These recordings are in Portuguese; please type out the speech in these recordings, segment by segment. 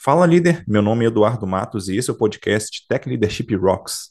Fala, líder. Meu nome é Eduardo Matos e esse é o podcast Tech Leadership Rocks.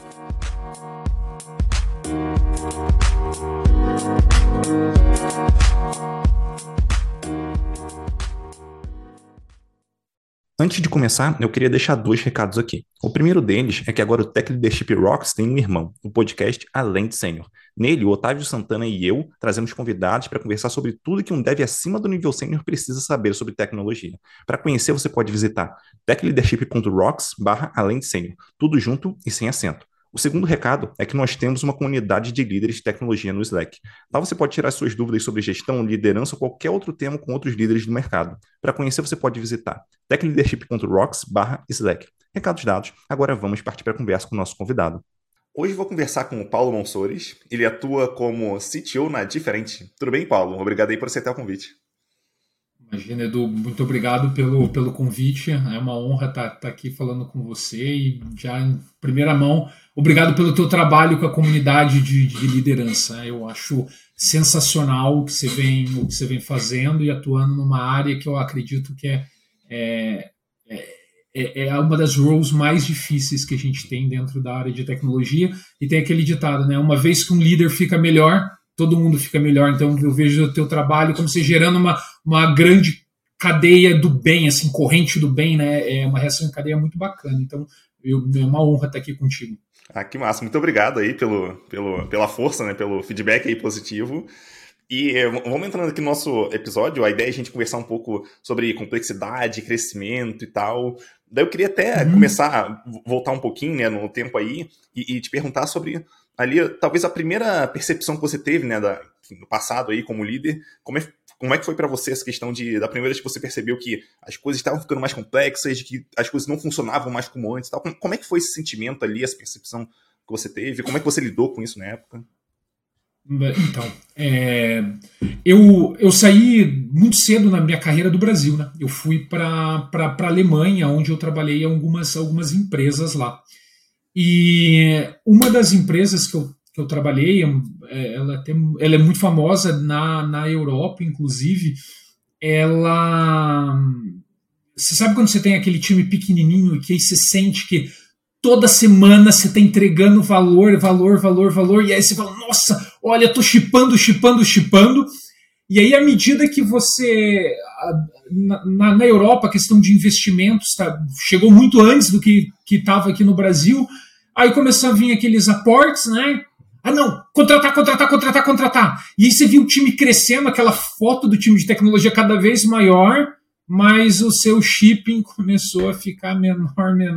Antes de começar, eu queria deixar dois recados aqui. O primeiro deles é que agora o Tech Leadership Rocks tem um irmão, o podcast Além de Sênior. Nele, o Otávio Santana e eu trazemos convidados para conversar sobre tudo que um dev acima do nível sênior precisa saber sobre tecnologia. Para conhecer, você pode visitar techleadership.rocks/além de sênior, tudo junto e sem acento. O segundo recado é que nós temos uma comunidade de líderes de tecnologia no Slack. Lá você pode tirar suas dúvidas sobre gestão, liderança ou qualquer outro tema com outros líderes do mercado. Para conhecer, você pode visitar techleadership.rocks/slack. Recados dados, agora vamos partir para a conversa com o nosso convidado. Hoje vou conversar com o Paulo Monsores. Ele atua como CTO na Diferente. Tudo bem, Paulo? Obrigado aí por aceitar o convite. Imagina, Edu, muito obrigado pelo convite. É uma honra estar aqui falando com você e já em primeira mão, obrigado pelo teu trabalho com a comunidade de liderança. Eu acho sensacional o que você vem fazendo e atuando numa área que eu acredito que é uma das roles mais difíceis que a gente tem dentro da área de tecnologia. E tem aquele ditado, né? Uma vez que um líder fica melhor, todo mundo fica melhor. Então eu vejo o teu trabalho como você gerando uma grande cadeia do bem, assim, corrente do bem, né? É uma reação em cadeia muito bacana. Então é uma honra estar aqui contigo. Ah, que massa. Muito obrigado aí pela força, né? Pelo feedback aí positivo. E vamos entrando aqui no nosso episódio. A ideia é a gente conversar um pouco sobre complexidade, crescimento e tal. Daí eu queria até começar a voltar um pouquinho, né, no tempo aí e te perguntar sobre ali, talvez a primeira percepção que você teve, né, no passado aí como líder. Como é que foi para você essa questão da primeira vez que você percebeu que as coisas estavam ficando mais complexas, de que as coisas não funcionavam mais como antes e tal? Como é que foi esse sentimento ali, essa percepção que você teve? Como é que você lidou com isso na época? Então, eu saí muito cedo na minha carreira do Brasil, né? Eu fui para a Alemanha, onde eu trabalhei em algumas empresas lá. E uma das empresas que eu trabalhei, ela é muito famosa na Europa, inclusive. Você sabe quando você tem aquele time pequenininho e que aí você sente que toda semana você está entregando valor, e aí você fala, nossa, olha, tô shippando. E aí, à medida que você... Na Europa, a questão de investimentos chegou muito antes do que estava aqui no Brasil. Aí começou a vir aqueles aportes, né? Ah, não, contratar. E aí você viu o time crescendo, aquela foto do time de tecnologia cada vez maior, mas o seu shipping começou a ficar menor.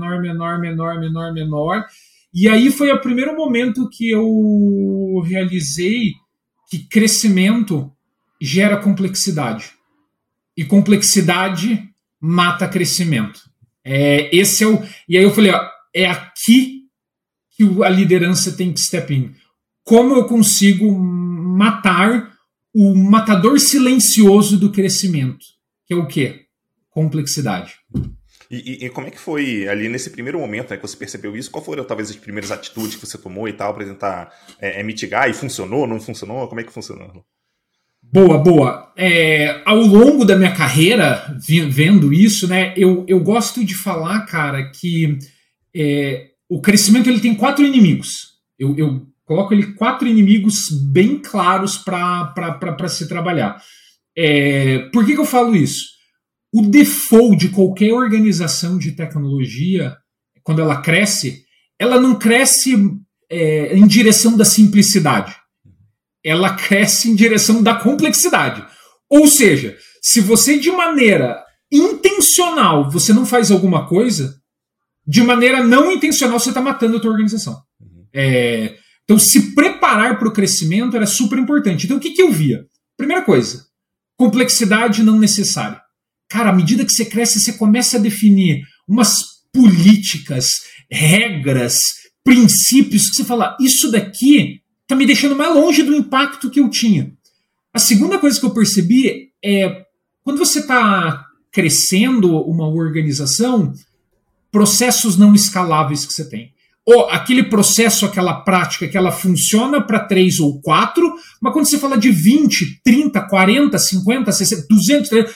E aí foi o primeiro momento que eu realizei que crescimento gera complexidade. E complexidade mata crescimento. E aí eu falei, é aqui que a liderança tem que step in. Como eu consigo matar o matador silencioso do crescimento? Que é o quê? Complexidade. E como é que foi ali nesse primeiro momento, né, que você percebeu isso? Qual foram talvez as primeiras atitudes que você tomou e tal para tentar mitigar? E funcionou, não funcionou? Como é que funcionou? Boa. Ao longo da minha carreira, vendo isso, né, eu gosto de falar, cara, que o crescimento ele tem 4 inimigos. Eu coloco ele 4 inimigos bem claros para se trabalhar. Por que eu falo isso? O default de qualquer organização de tecnologia, quando ela cresce, ela não cresce em direção da simplicidade. Ela cresce em direção da complexidade. Ou seja, se você de maneira intencional você não faz alguma coisa, de maneira não intencional você está matando a tua organização. Então se preparar para o crescimento era super importante. Então o que eu via? Primeira coisa, complexidade não necessária. Cara, à medida que você cresce, você começa a definir umas políticas, regras, princípios que você fala, isso daqui tá me deixando mais longe do impacto que eu tinha. A segunda coisa que eu percebi é, quando você está crescendo uma organização, processos não escaláveis que você tem. Ou aquele processo, aquela prática que ela funciona para 3 ou 4, mas quando você fala de 20, 30, 40, 50, 60, 200, 300,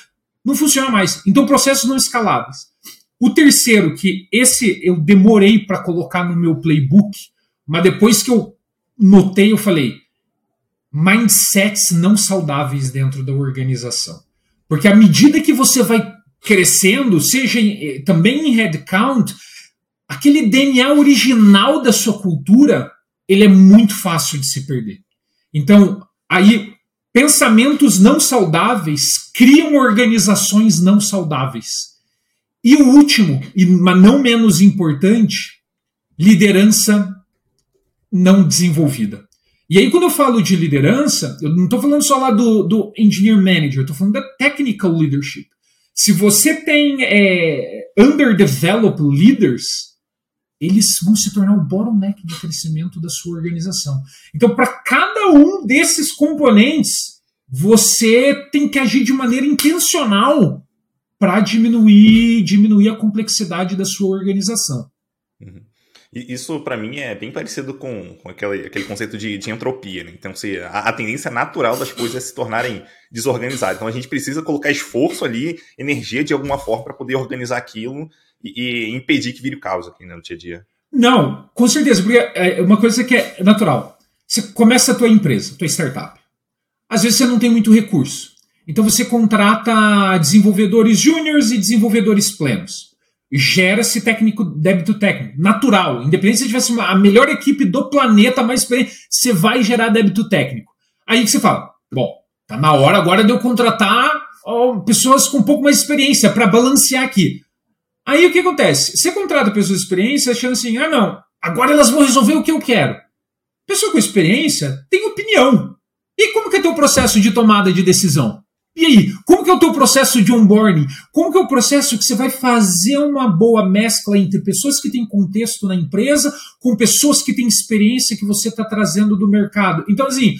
Não funciona mais. Então, processos não escaláveis. O terceiro, que esse eu demorei para colocar no meu playbook, mas depois que eu notei, eu falei, mindsets não saudáveis dentro da organização. Porque à medida que você vai crescendo, seja também em headcount, aquele DNA original da sua cultura, ele é muito fácil de se perder. Então, aí, pensamentos não saudáveis criam organizações não saudáveis. E o último, mas não menos importante, liderança não desenvolvida. E aí, quando eu falo de liderança, eu não estou falando só lá do engineer manager, eu estou falando da technical leadership. Se você tem underdeveloped leaders, eles vão se tornar o bottleneck de crescimento da sua organização. Então, para cada um desses componentes, você tem que agir de maneira intencional para diminuir a complexidade da sua organização. Uhum. E isso, para mim, é bem parecido com aquele conceito de entropia, né? Então, a tendência natural das coisas é se tornarem desorganizadas. Então, a gente precisa colocar esforço ali, energia de alguma forma para poder organizar aquilo e impedir que vire caos aqui, né, no dia a dia. Não, com certeza, porque é uma coisa que é natural. Você começa a tua empresa, tua startup. Às vezes você não tem muito recurso. Então você contrata desenvolvedores júniores e desenvolvedores plenos. Gera-se débito técnico, natural. Independente se você tivesse a melhor equipe do planeta, mais experiente, você vai gerar débito técnico. Aí que você fala, bom, tá na hora agora de eu contratar pessoas com um pouco mais de experiência para balancear aqui. Aí o que acontece? Você contrata pessoas de experiência achando assim, não, agora elas vão resolver o que eu quero. Pessoa com experiência tem opinião. E como que é o teu processo de tomada de decisão? E aí, como que é o teu processo de onboarding? Como que é o processo que você vai fazer uma boa mescla entre pessoas que têm contexto na empresa com pessoas que têm experiência que você está trazendo do mercado? Então, assim,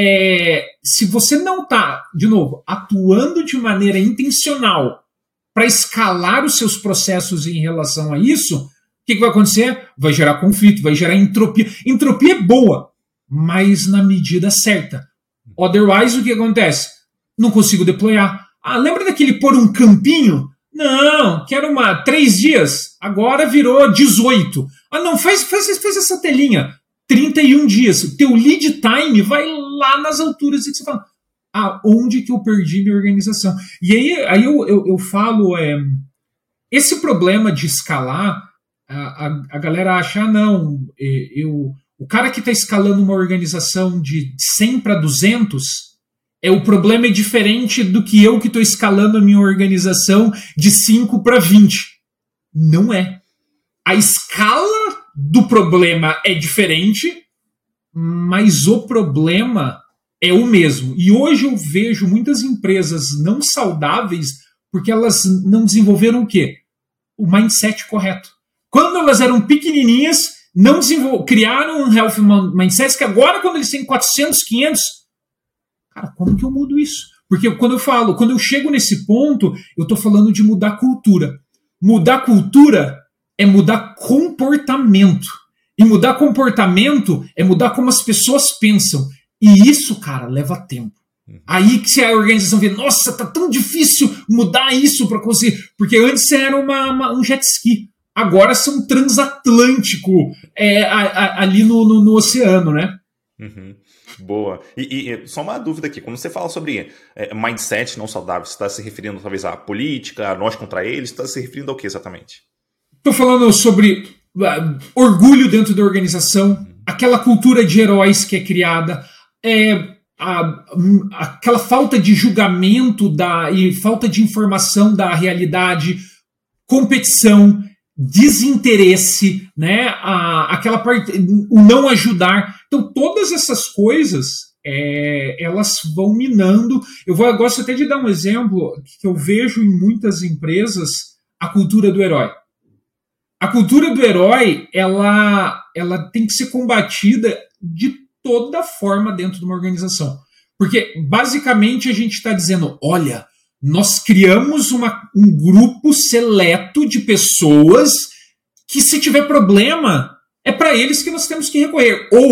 se você não está, de novo, atuando de maneira intencional para escalar os seus processos em relação a isso, o que vai acontecer? Vai gerar conflito, vai gerar entropia. Entropia é boa, mas na medida certa. Otherwise, o que acontece? Não consigo deployar. Lembra daquele pôr um campinho? Não, quero 3 dias. Agora virou 18. Não, faz essa telinha. 31 dias. O teu lead time vai lá nas alturas e você fala, onde que eu perdi minha organização? E aí eu falo, esse problema de escalar, a galera acha, o cara que está escalando uma organização de 100 para 200, o problema é diferente do que eu que estou escalando a minha organização de 5 para 20. Não é. A escala do problema é diferente, mas o problema é o mesmo. E hoje eu vejo muitas empresas não saudáveis porque elas não desenvolveram o quê? O mindset correto. Quando elas eram pequenininhas, criaram um health mindset que agora, quando eles têm 400, 500, cara, como que eu mudo isso? Porque quando eu chego nesse ponto, eu estou falando de mudar cultura. Mudar cultura é mudar comportamento. E mudar comportamento é mudar como as pessoas pensam. E isso, cara, leva tempo. Aí que se a organização vê, nossa, tá tão difícil mudar isso para conseguir. Porque antes era um jet ski. Agora são transatlântico ali no oceano, né? Uhum. Boa. E só uma dúvida aqui. Quando você fala sobre mindset não saudável, você está se referindo talvez à política, a nós contra eles? Você está se referindo ao que exatamente? Estou falando sobre orgulho dentro da organização, aquela cultura de heróis que é criada, aquela falta de julgamento e falta de informação da realidade, competição, desinteresse, né? Aquela parte, o não ajudar. Então, todas essas coisas, elas vão minando. Eu gosto até de dar um exemplo que eu vejo em muitas empresas, a cultura do herói. A cultura do herói, ela tem que ser combatida de toda forma dentro de uma organização. Porque, basicamente, a gente está dizendo, olha, nós criamos um grupo seleto de pessoas que, se tiver problema, é para eles que nós temos que recorrer. Ou,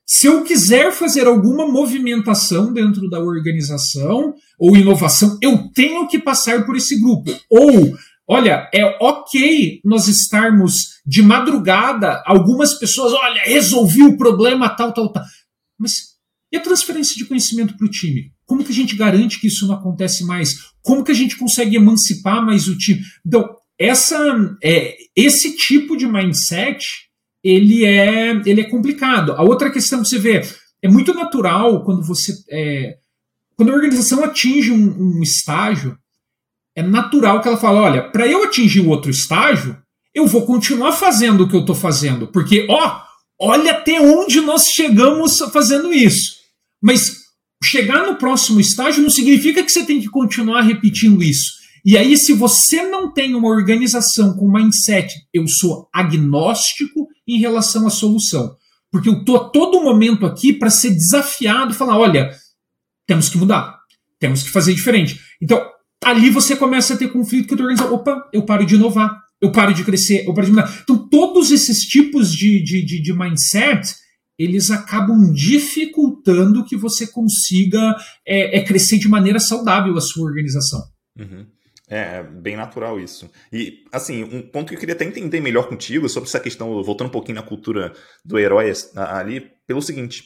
Se eu quiser fazer alguma movimentação dentro da organização ou inovação, eu tenho que passar por esse grupo. Ou, olha, é ok nós estarmos de madrugada, algumas pessoas, olha, resolvi o problema, tal. Mas e a transferência de conhecimento para o time? Como que a gente garante que isso não acontece mais? Como que a gente consegue emancipar mais o time? Então, esse tipo de mindset, ele é complicado. A outra questão que você vê, é muito natural quando quando a organização atinge um estágio, é natural que ela fala, olha, para eu atingir o outro estágio, eu vou continuar fazendo o que eu estou fazendo, porque, olha até onde nós chegamos fazendo isso. Mas chegar no próximo estágio não significa que você tem que continuar repetindo isso. E aí, se você não tem uma organização com mindset, eu sou agnóstico em relação à solução. Porque eu estou a todo momento aqui para ser desafiado, falar, olha, temos que mudar, temos que fazer diferente. Então, ali você começa a ter conflito que a organização, opa, eu paro de inovar, eu paro de crescer, eu paro de mudar. Então, todos esses tipos de mindset, eles acabam dificultando que você consiga crescer de maneira saudável a sua organização. Uhum. É bem natural isso. E, assim, um ponto que eu queria até entender melhor contigo sobre essa questão, voltando um pouquinho na cultura do herói ali, pelo seguinte.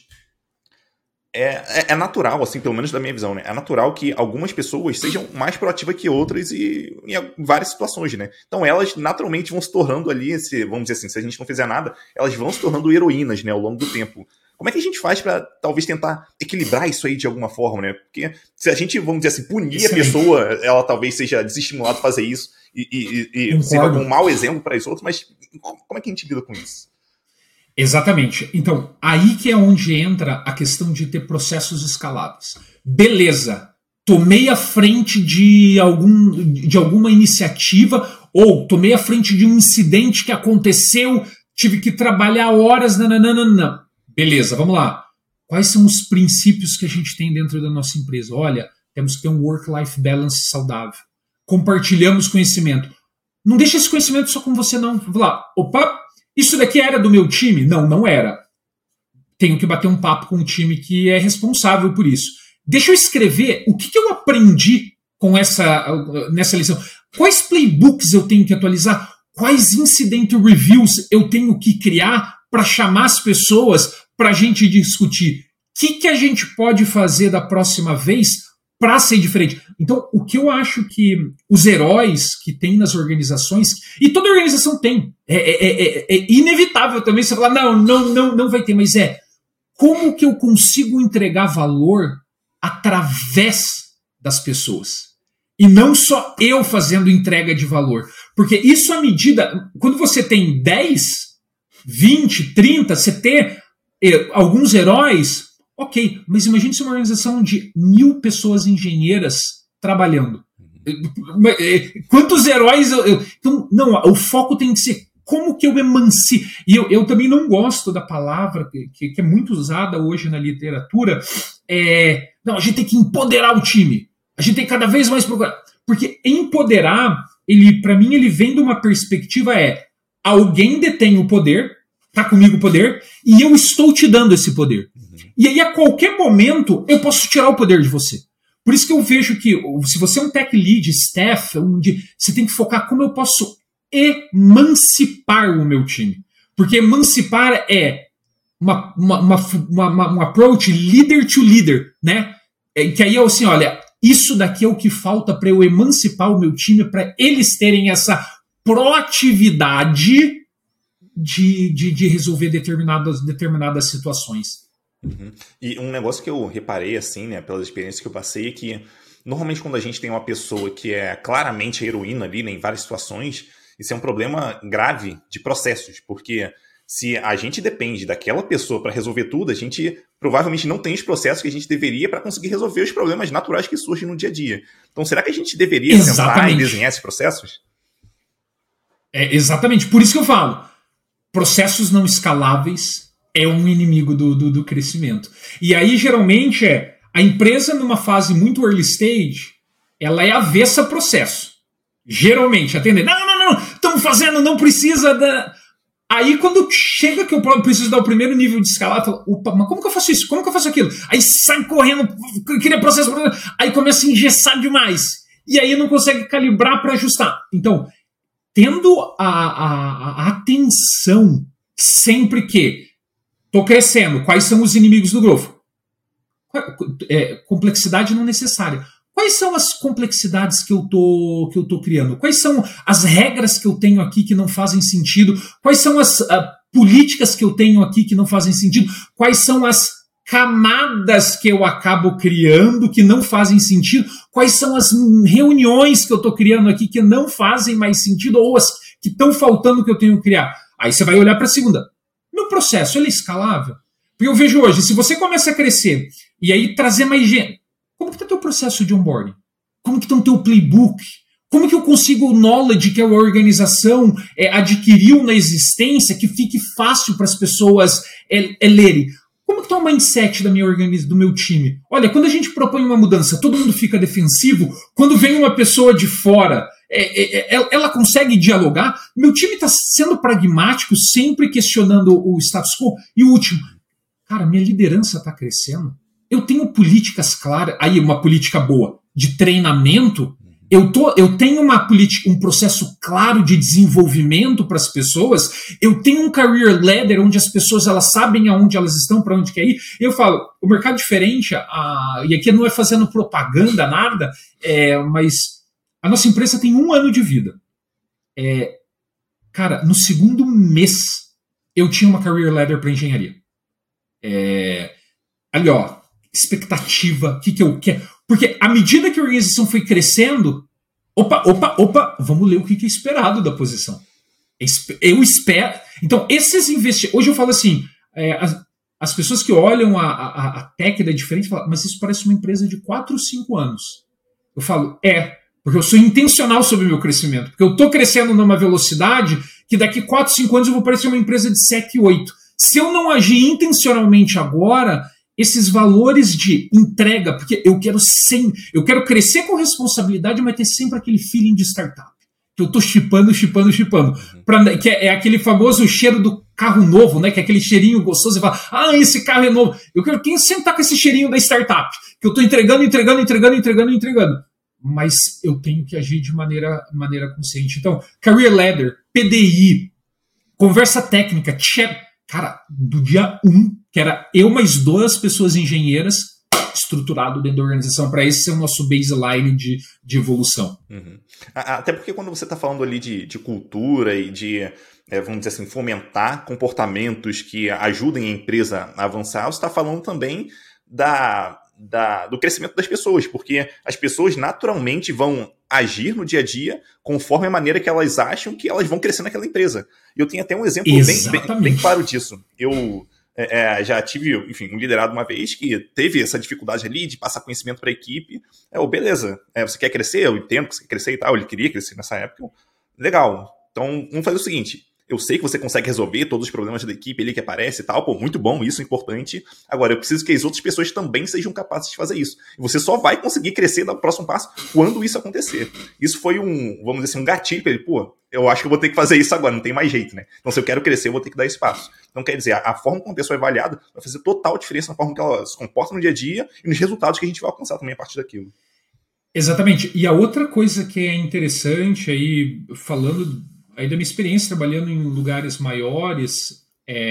É natural, assim, pelo menos da minha visão, né? É natural que algumas pessoas sejam mais proativas que outras em várias situações, né? Então elas naturalmente vão se tornando ali, vamos dizer assim, se a gente não fizer nada, elas vão se tornando heroínas, né, ao longo do tempo. Como é que a gente faz para talvez tentar equilibrar isso aí de alguma forma, né? Porque se a gente, vamos dizer assim, punir a pessoa, ela talvez seja desestimulada a fazer isso e sirva como um mau exemplo para os outros, mas como é que a gente lida com isso? Exatamente. Então, aí que é onde entra a questão de ter processos escaláveis. Beleza, tomei a frente de alguma iniciativa ou tomei a frente de um incidente que aconteceu, tive que trabalhar horas, nananana. Beleza, vamos lá. Quais são os princípios que a gente tem dentro da nossa empresa? Olha, temos que ter um work-life balance saudável. Compartilhamos conhecimento. Não deixa esse conhecimento só com você, não. Vamos lá. Opa, isso daqui era do meu time? Não, não era. Tenho que bater um papo com o time que é responsável por isso. Deixa eu escrever o que eu aprendi nessa lição. Quais playbooks eu tenho que atualizar? Quais incident reviews eu tenho que criar para chamar as pessoas para a gente discutir? O que a gente pode fazer da próxima vez para ser diferente? Então, o que eu acho que os heróis que tem nas organizações, e toda organização tem, é inevitável também você falar, não vai ter, mas como que eu consigo entregar valor através das pessoas? E não só eu fazendo entrega de valor. Porque isso à medida, quando você tem 10, 20, 30, você ter alguns heróis, ok, mas imagine se uma organização de 1.000 pessoas engenheiras trabalhando. Quantos heróis então, não, o foco tem que ser como que eu emancio. E eu também não gosto da palavra que é muito usada hoje na literatura. Não, a gente tem que empoderar o time. A gente tem cada vez mais procurar. Porque empoderar, para mim, ele vem de uma perspectiva alguém detém o poder, tá comigo o poder, e eu estou te dando esse poder. E aí, a qualquer momento, eu posso tirar o poder de você. Por isso que eu vejo que, se você é um tech lead, staff, você tem que focar como eu posso emancipar o meu time. Porque emancipar é um approach leader to leader, né? Que aí é assim, olha, isso daqui é o que falta para eu emancipar o meu time, para eles terem essa proatividade de resolver determinadas situações. Uhum. E um negócio que eu reparei, assim, né, pelas experiências que eu passei, é que normalmente quando a gente tem uma pessoa que é claramente a heroína ali, né, em várias situações, isso é um problema grave de processos, porque se a gente depende daquela pessoa para resolver tudo, a gente provavelmente não tem os processos que a gente deveria para conseguir resolver os problemas naturais que surgem no dia a dia. Então, será que a gente deveria sentar e desenhar esses processos? Exatamente. Por isso que eu falo, processos não escaláveis é um inimigo do crescimento. E aí, geralmente, a empresa numa fase muito early stage, ela é avessa a processo. Geralmente, atender, não, estamos fazendo, não precisa da... Aí quando chega que eu preciso dar o primeiro nível de escalar, eu falo, opa, mas como que eu faço isso? Como que eu faço aquilo? Aí sai correndo, cria processo, aí começa a engessar demais. E aí não consegue calibrar para ajustar. Então, tendo a atenção sempre que estou crescendo, quais são os inimigos do growth? Complexidade não necessária. Quais são as complexidades que eu tô criando? Quais são as regras que eu tenho aqui que não fazem sentido? Quais são as políticas que eu tenho aqui que não fazem sentido? Quais são as camadas que eu acabo criando que não fazem sentido? Quais são as reuniões que eu estou criando aqui que não fazem mais sentido ou as que estão faltando que eu tenho que criar? Aí você vai olhar para a segunda. Meu processo, ele é escalável? Porque eu vejo hoje, se você começa a crescer e aí trazer mais gente, como que está o teu processo de onboarding? Como que está o teu playbook? Como que eu consigo o knowledge que a organização adquiriu na existência que fique fácil para as pessoas lerem? Como que está o mindset da minha organização, do meu time? Olha, quando a gente propõe uma mudança, todo mundo fica defensivo. Quando vem uma pessoa de fora, ela consegue dialogar. Meu time está sendo pragmático, sempre questionando o status quo. E o último, cara, minha liderança está crescendo. Eu tenho políticas claras, aí uma política boa de treinamento. Eu tenho uma política, um processo claro de desenvolvimento para as pessoas. Eu tenho um career ladder onde as pessoas elas sabem aonde elas estão, para onde quer ir. Eu falo, o mercado diferente, e aqui não é fazendo propaganda, nada, mas a nossa empresa tem 1 ano de vida. Cara, no segundo mês, eu tinha uma career ladder para engenharia. Ali, ó, expectativa, o que eu quero. Porque à medida que a organização foi crescendo, opa, vamos ler o que é esperado da posição. Eu espero. Então, esses investimentos. Hoje eu falo assim: as pessoas que olham a tech da diferente falam, mas isso parece uma empresa de 4 ou 5 anos. Eu falo, porque eu sou intencional sobre o meu crescimento. Porque eu estou crescendo numa velocidade que daqui 4, 5 anos eu vou parecer uma empresa de 7, 8. Se eu não agir intencionalmente agora, esses valores de entrega, porque eu quero crescer com responsabilidade, mas ter sempre aquele feeling de startup. Que eu tô shippando. Que é aquele famoso cheiro do carro novo, né? Que é aquele cheirinho gostoso. Você fala, esse carro é novo. Eu quero quem sentar com esse cheirinho da startup. Que eu tô entregando. Mas eu tenho que agir de maneira consciente. Então, Career Ladder, PDI, conversa técnica, chat. Cara, do dia 1, que era eu mais 2 pessoas engenheiras, estruturado dentro da organização, para esse ser o nosso baseline de evolução. Uhum. Até porque quando você está falando ali de cultura e de, vamos dizer assim, fomentar comportamentos que ajudem a empresa a avançar, você está falando também do crescimento das pessoas, porque as pessoas naturalmente vão agir no dia a dia conforme a maneira que elas acham que elas vão crescer naquela empresa. E eu tenho até um exemplo bem claro disso. Eu já tive, enfim, um liderado uma vez que teve essa dificuldade ali de passar conhecimento para a equipe. Beleza, você quer crescer? Eu entendo que você quer crescer e tal. Ele queria crescer nessa época. Legal. Então, vamos fazer o seguinte. Eu sei que você consegue resolver todos os problemas da equipe ali que aparece e tal. Muito bom, isso é importante. Agora, eu preciso que as outras pessoas também sejam capazes de fazer isso. E você só vai conseguir crescer no próximo passo quando isso acontecer. Isso foi vamos dizer assim, um gatilho para ele. Eu acho que eu vou ter que fazer isso agora, não tem mais jeito, né? Então, se eu quero crescer, eu vou ter que dar esse passo. Então, quer dizer, a forma como a pessoa é avaliada vai fazer total diferença na forma que ela se comporta no dia a dia e nos resultados que a gente vai alcançar também a partir daquilo. Exatamente. E a outra coisa que é interessante aí, falando aí da minha experiência trabalhando em lugares maiores,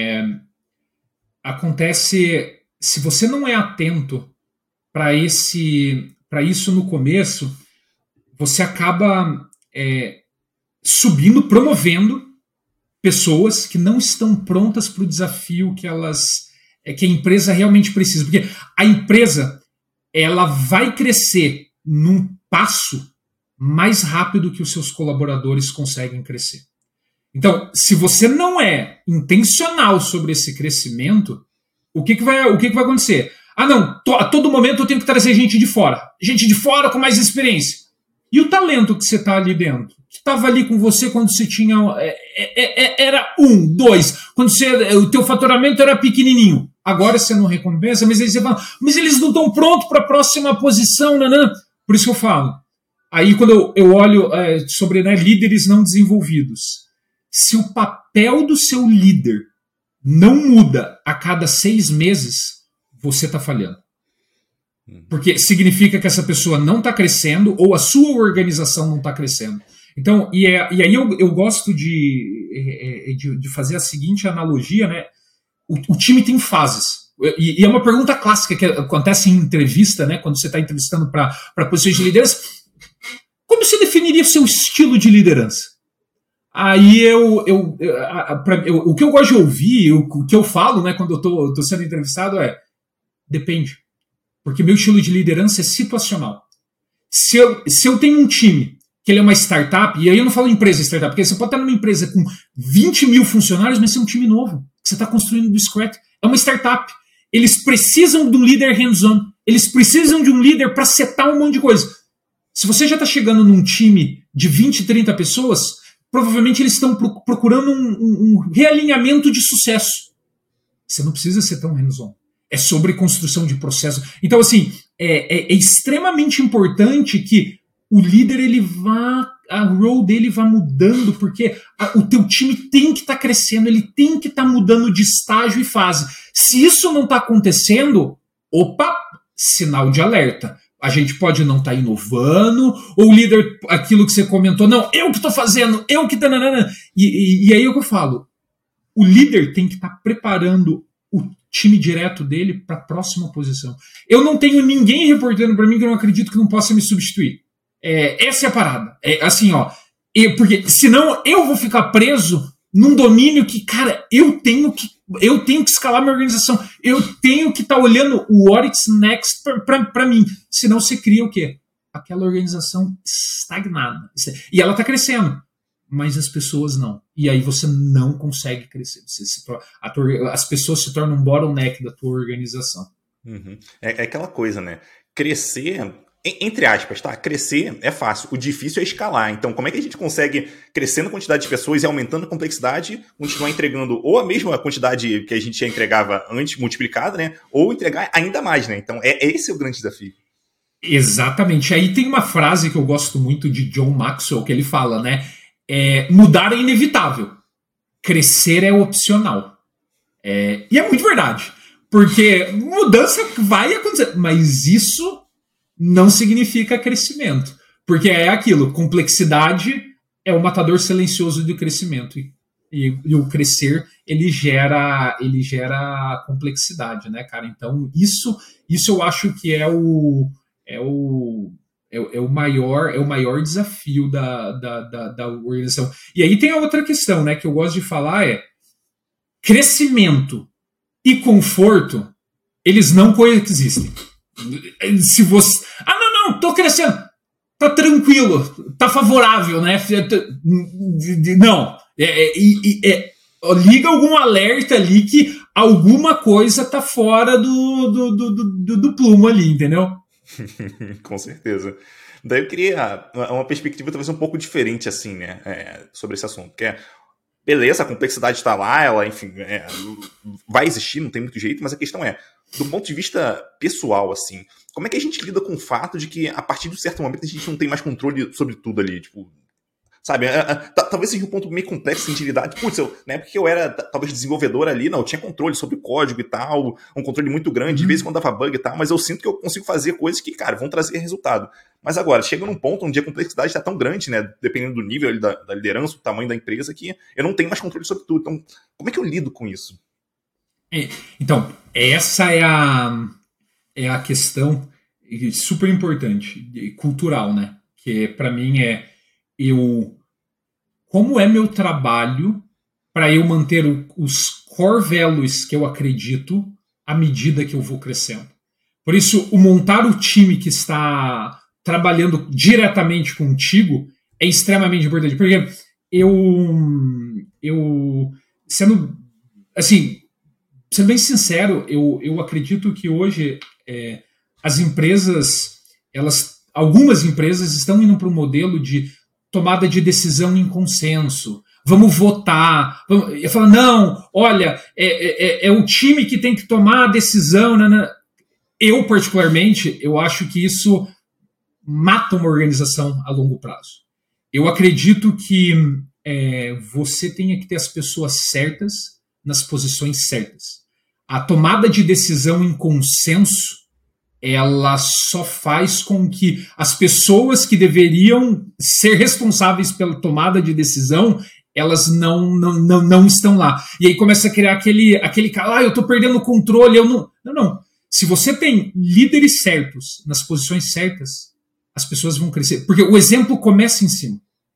acontece, se você não é atento para isso no começo, você acaba subindo, promovendo pessoas que não estão prontas para o desafio que a empresa realmente precisa. Porque a empresa ela vai crescer num passo mais rápido que os seus colaboradores conseguem crescer. Então, se você não é intencional sobre esse crescimento, o que vai acontecer? A todo momento eu tenho que trazer gente de fora com mais experiência. E o talento que você está ali dentro, que estava ali com você quando você tinha era 1, 2, quando o teu faturamento era pequenininho. Agora você não recompensa, mas aí você fala, mas eles não estão prontos para a próxima posição, nanã. Por isso que eu falo. Aí quando eu olho sobre líderes não desenvolvidos, Se o papel do seu líder não muda a cada 6 meses, você está falhando. Porque significa que essa pessoa não está crescendo ou a sua organização não está crescendo. Então, e aí eu gosto de fazer a seguinte analogia, né? O time tem fases. E é uma pergunta clássica que acontece em entrevista, né? Quando você está entrevistando para posições de liderança. Como você definiria o seu estilo de liderança? Aí o que eu gosto de ouvir, o que eu falo, né, quando eu tô sendo entrevistado depende. Porque meu estilo de liderança é situacional. Se eu tenho um time que ele é uma startup, e aí eu não falo empresa startup, porque você pode estar numa empresa com 20 mil funcionários, mas ser um time novo, que você está construindo do scratch. É uma startup. Eles precisam de um líder hands-on. Eles precisam de um líder para setar um monte de coisa. Se você já está chegando num time de 20, 30 pessoas, provavelmente eles estão procurando um realinhamento de sucesso. Você não precisa ser tão hands-on. É sobre construção de processo. Então, assim, é extremamente importante que o líder, a role dele vá mudando, porque o teu time tem que estar crescendo, ele tem que estar mudando de estágio e fase. Se isso não está acontecendo, opa, sinal de alerta. A gente pode não estar inovando, ou o líder, aquilo que você comentou, não, eu que estou fazendo, eu que... E aí é o que eu falo, o líder tem que estar preparando o time direto dele para a próxima posição. Eu não tenho ninguém reportando para mim que eu não acredito que não possa me substituir. Essa é a parada. Assim, ó, porque senão eu vou ficar preso num domínio que, cara, eu tenho que escalar minha organização. Eu tenho que estar olhando o what is next para mim. Senão você cria o quê? Aquela organização estagnada. E ela está crescendo, mas as pessoas não. E aí você não consegue crescer. As pessoas se tornam um bottleneck da tua organização. Uhum. É aquela coisa, né? Crescer... Entre aspas, tá? Crescer é fácil. O difícil é escalar. Então, como é que a gente consegue, crescendo a quantidade de pessoas e aumentando a complexidade, continuar entregando ou a mesma quantidade que a gente já entregava antes, multiplicada, né? Ou entregar ainda mais, né? Então, esse o grande desafio. Exatamente. Aí tem uma frase que eu gosto muito de John Maxwell, que ele fala, né? Mudar é inevitável. Crescer é opcional. E é muito verdade. Porque mudança vai acontecer. Mas isso... não significa crescimento. Porque é aquilo, complexidade é o matador silencioso do crescimento. E o crescer, ele gera complexidade, né, cara? Então, isso eu acho que é o maior desafio da organização. E aí tem a outra questão, né, que eu gosto de falar, crescimento e conforto, eles não coexistem. Se você... não, tô crescendo. Tá tranquilo, tá favorável, né? Não. Liga algum alerta ali que alguma coisa tá fora do plumo ali, entendeu? Com certeza. Daí eu queria uma perspectiva talvez um pouco diferente, assim, né? Sobre esse assunto. Que beleza, a complexidade está lá, ela, enfim, vai existir, não tem muito jeito, mas a questão do ponto de vista pessoal, assim, como é que a gente lida com o fato de que a partir de um certo momento a gente não tem mais controle sobre tudo ali, tipo, sabe, talvez seja um ponto meio complexo de lidar, putz, na época que eu era talvez desenvolvedor ali, não, eu tinha controle sobre o código e tal, um controle muito grande, de vez em quando dava bug e tal, mas eu sinto que eu consigo fazer coisas que, cara, vão trazer resultado. Mas agora, chega num ponto onde a complexidade está tão grande, né, dependendo do nível da liderança, do tamanho da empresa, que eu não tenho mais controle sobre tudo. Então, como é que eu lido com isso? Então, essa é a questão super importante, cultural, né? Que para mim como é meu trabalho para eu manter os core values que eu acredito à medida que eu vou crescendo. Por isso, o montar o time que está trabalhando diretamente contigo é extremamente importante. Porque sendo bem sincero, eu acredito que hoje as empresas, algumas empresas estão indo para um modelo de tomada de decisão em consenso. Vamos votar. Eu falo, não, olha, é o time que tem que tomar a decisão. Eu, particularmente, eu acho que isso mata uma organização a longo prazo. Eu acredito que você tenha que ter as pessoas certas nas posições certas. A tomada de decisão em consenso, ela só faz com que as pessoas que deveriam ser responsáveis pela tomada de decisão, elas não estão lá. E aí começa a criar aquele cara, eu tô perdendo o controle, eu não... Não. Se você tem líderes certos nas posições certas, as pessoas vão crescer. Porque o exemplo começa em cima.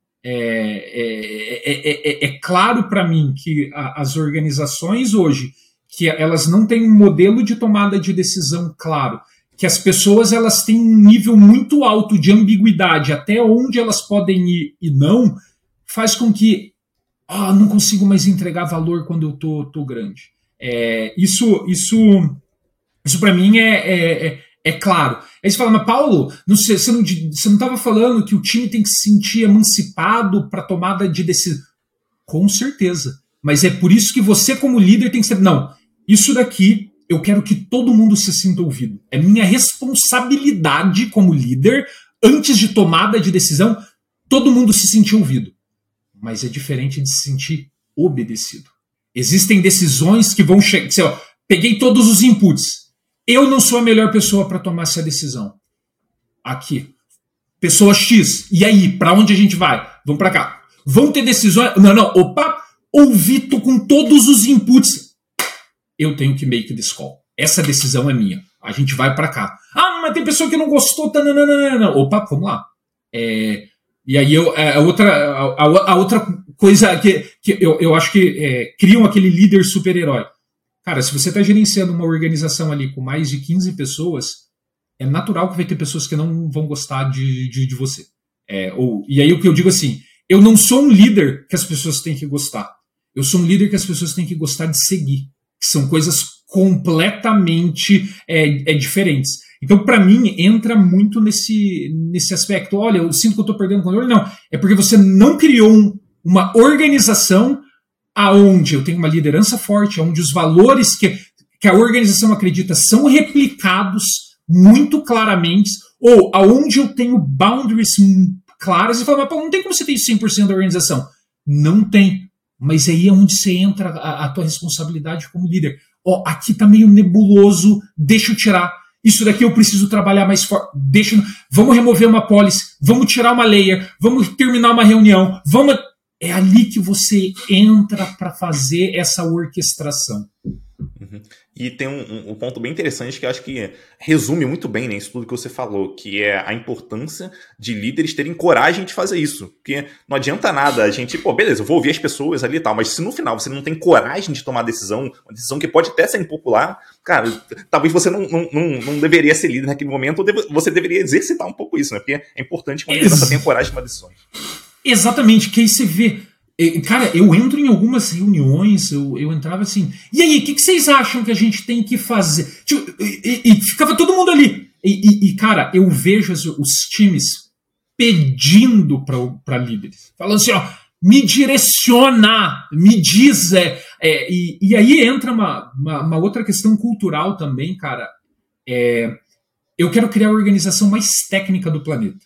É claro para mim que as organizações hoje, que elas não têm um modelo de tomada de decisão claro, que as pessoas elas têm um nível muito alto de ambiguidade até onde elas podem ir e não, faz com que não consigo mais entregar valor quando eu tô grande. Isso para mim é claro. Aí você fala, mas Paulo, você não estava falando que o time tem que se sentir emancipado para tomada de decisão? Com certeza. Mas é por isso que você, como líder, tem que ser... Não, isso daqui eu quero que todo mundo se sinta ouvido. É minha responsabilidade como líder, antes de tomada de decisão, todo mundo se sentir ouvido. Mas é diferente de se sentir obedecido. Existem decisões que vão chegar... Peguei todos os inputs. Eu não sou a melhor pessoa para tomar essa decisão. Aqui. Pessoa X. E aí, para onde a gente vai? Vamos para cá. Vão ter decisões... Não. Opa! Ouvi com todos os inputs. Eu tenho que make this call. Essa decisão é minha. A gente vai para cá. Mas tem pessoa que não gostou. Não. Opa, vamos lá. E aí a outra coisa que eu acho que criam aquele líder super-herói. Cara, se você está gerenciando uma organização ali com mais de 15 pessoas, é natural que vai ter pessoas que não vão gostar de você. E aí o que eu digo assim, eu não sou um líder que as pessoas têm que gostar. Eu sou um líder que as pessoas têm que gostar de seguir. Que são coisas completamente diferentes. Então, para mim, entra muito nesse aspecto. Olha, eu sinto que eu estou perdendo o controle. Não, é porque você não criou uma organização aonde eu tenho uma liderança forte, onde os valores que a organização acredita são replicados muito claramente, ou aonde eu tenho boundaries claras, e fala, mas não tem como você ter 100% da organização. Não tem. Mas aí é onde você entra a tua responsabilidade como líder. Aqui tá meio nebuloso, deixa eu tirar. Isso daqui eu preciso trabalhar mais forte. Vamos remover uma policy, vamos tirar uma layer, vamos terminar uma reunião, É ali que você entra para fazer essa orquestração. Uhum. E tem um ponto bem interessante que eu acho que resume muito bem, né, isso tudo que você falou, que é a importância de líderes terem coragem de fazer isso. Porque não adianta nada a gente, beleza, eu vou ouvir as pessoas ali e tal, mas se no final você não tem coragem de tomar decisão, uma decisão que pode até ser impopular, cara, talvez você não deveria ser líder naquele momento, ou você deveria exercitar um pouco isso, né? Porque é importante que a liderança tenha coragem de tomar decisões. Exatamente, que aí você vê. Cara, eu entro em algumas reuniões, eu entrava assim, e aí, o que vocês acham que a gente tem que fazer? Tipo, e ficava todo mundo ali. Cara, eu vejo os times pedindo para líderes, falando assim, me direciona, me diz. E aí entra uma outra questão cultural também, cara. Eu quero criar a organização mais técnica do planeta.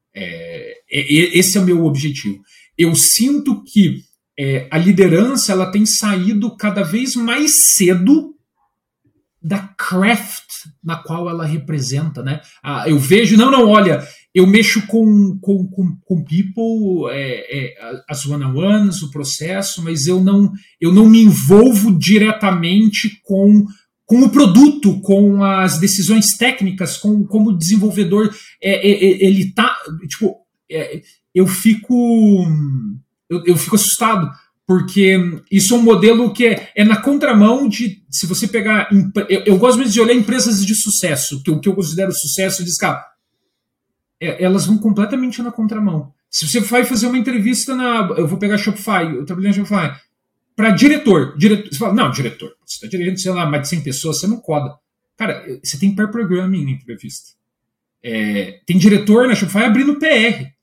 Esse é o meu objetivo. Eu sinto que a liderança ela tem saído cada vez mais cedo da craft na qual ela representa, né? Eu vejo, olha, eu mexo com people, as one-on-ones, o processo, mas eu não me envolvo diretamente com o produto, com as decisões técnicas, como o desenvolvedor ele tá, tipo, eu fico assustado, porque isso é um modelo que é na contramão de, se você pegar, eu gosto mesmo de olhar empresas de sucesso, que eu considero sucesso, e diz, cara, elas vão completamente na contramão. Se você vai fazer uma entrevista eu vou pegar Shopify, eu trabalhei na Shopify, para diretor, você fala, não, diretor, você está dirigindo, sei lá, mais de 100 pessoas, você não coda. Cara, você tem pair programming na entrevista. Tem diretor na Shopify abrindo PR.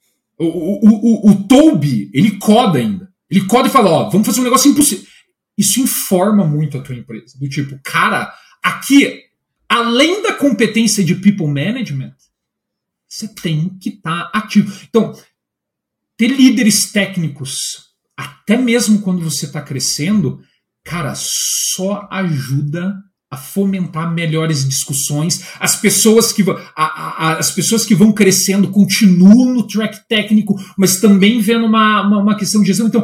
O Toby, ele coda ainda. Ele coda e fala, vamos fazer um negócio impossível. Isso informa muito a tua empresa. Do tipo, cara, aqui, além da competência de people management, você tem que estar ativo. Então, ter líderes técnicos até mesmo quando você está crescendo, cara, só ajuda a fomentar melhores discussões. As pessoas que vão crescendo continuam no track técnico, mas também vendo uma questão de gestão. Então,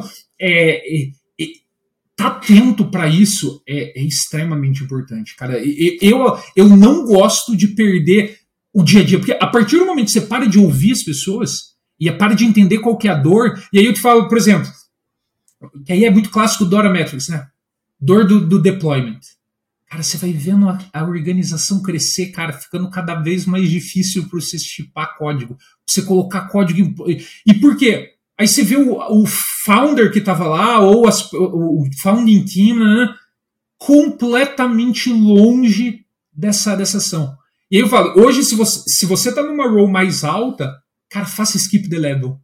tá atento para isso é extremamente importante, cara. Eu não gosto de perder o dia a dia, porque a partir do momento que você para de ouvir as pessoas e para de entender qual que é a dor, e aí eu te falo, por exemplo, que aí é muito clássico do Dora Metrics, né? Dor do deployment. Cara, você vai vendo a organização crescer, cara, ficando cada vez mais difícil para você chipar código, pra você colocar código. E por quê? Aí você vê o founder que estava lá, ou o founding team, né, completamente longe dessa ação. E aí eu falo, hoje, se você tá numa role mais alta, cara, faça skip the level.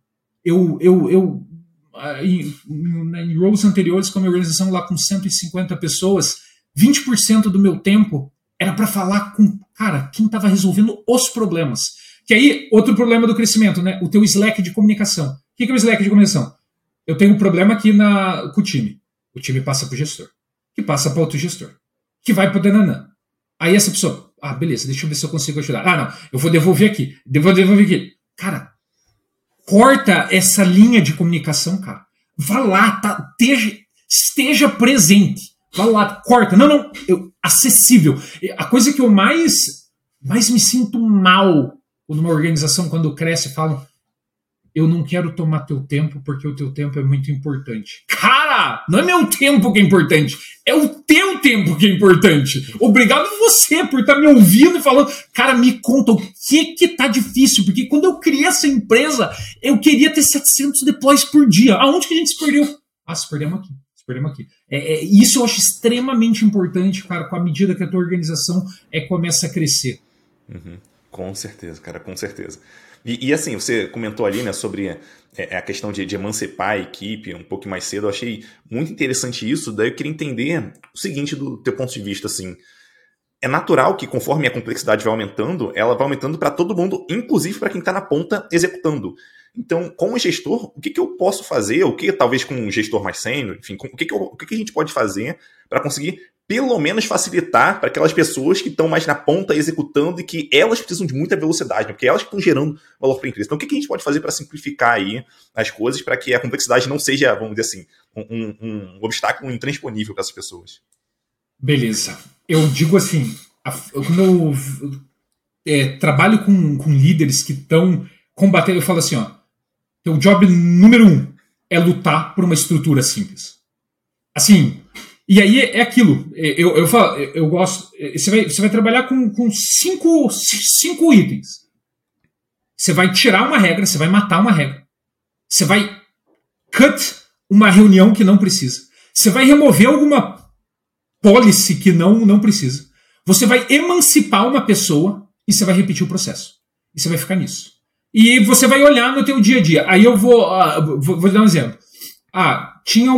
Em roles anteriores, com a minha organização lá com 150 pessoas, 20% do meu tempo era para falar com, cara, quem estava resolvendo os problemas. Que aí, outro problema do crescimento, né? O teu Slack de comunicação. O que é o Slack de comunicação? Eu tenho um problema aqui com o time. O time passa para o gestor, que passa para outro gestor, que vai para o dananã. Aí essa pessoa, beleza, deixa eu ver se eu consigo ajudar. Não, eu vou devolver aqui. Cara, corta essa linha de comunicação, cara. Vá lá, esteja presente. Vá lá, corta. Não, acessível. A coisa que eu mais me sinto mal numa organização, quando cresce, falam, eu não quero tomar teu tempo porque o teu tempo é muito importante. Cara, não é meu tempo que é importante, é o teu tempo que é importante. Obrigado você por estar me ouvindo e falando, cara, me conta o que tá difícil, porque quando eu criei essa empresa, eu queria ter 700 deploys por dia. Aonde que a gente se perdeu? Se perdemos aqui. Isso eu acho extremamente importante, cara, com a medida que a tua organização começa a crescer. Uhum. Com certeza, cara, com certeza. E assim, você comentou ali, né, sobre a questão de emancipar a equipe um pouco mais cedo. Eu achei muito interessante isso. Daí eu queria entender o seguinte do teu ponto de vista, assim. É natural que conforme a complexidade vai aumentando, ela vai aumentando para todo mundo, inclusive para quem está na ponta executando. Então, como gestor, o que eu posso fazer? O que talvez com um gestor mais sênior, enfim, o que a gente pode fazer para conseguir pelo menos facilitar para aquelas pessoas que estão mais na ponta executando e que elas precisam de muita velocidade, né? Porque elas que estão gerando valor para a empresa. Então, o que a gente pode fazer para simplificar aí as coisas para que a complexidade não seja, vamos dizer assim, um obstáculo intransponível para essas pessoas? Beleza. Eu digo assim, quando eu trabalho com líderes que estão combatendo, eu falo assim, teu job número 1 é lutar por uma estrutura simples. Assim, e aí é aquilo. Eu falo, eu gosto. Você vai trabalhar com cinco itens. Você vai tirar uma regra, você vai matar uma regra. Você vai cut uma reunião que não precisa. Você vai remover alguma policy que não precisa. Você vai emancipar uma pessoa e você vai repetir o processo. E você vai ficar nisso. E você vai olhar no teu dia a dia. Aí eu vou dar um exemplo. Tinha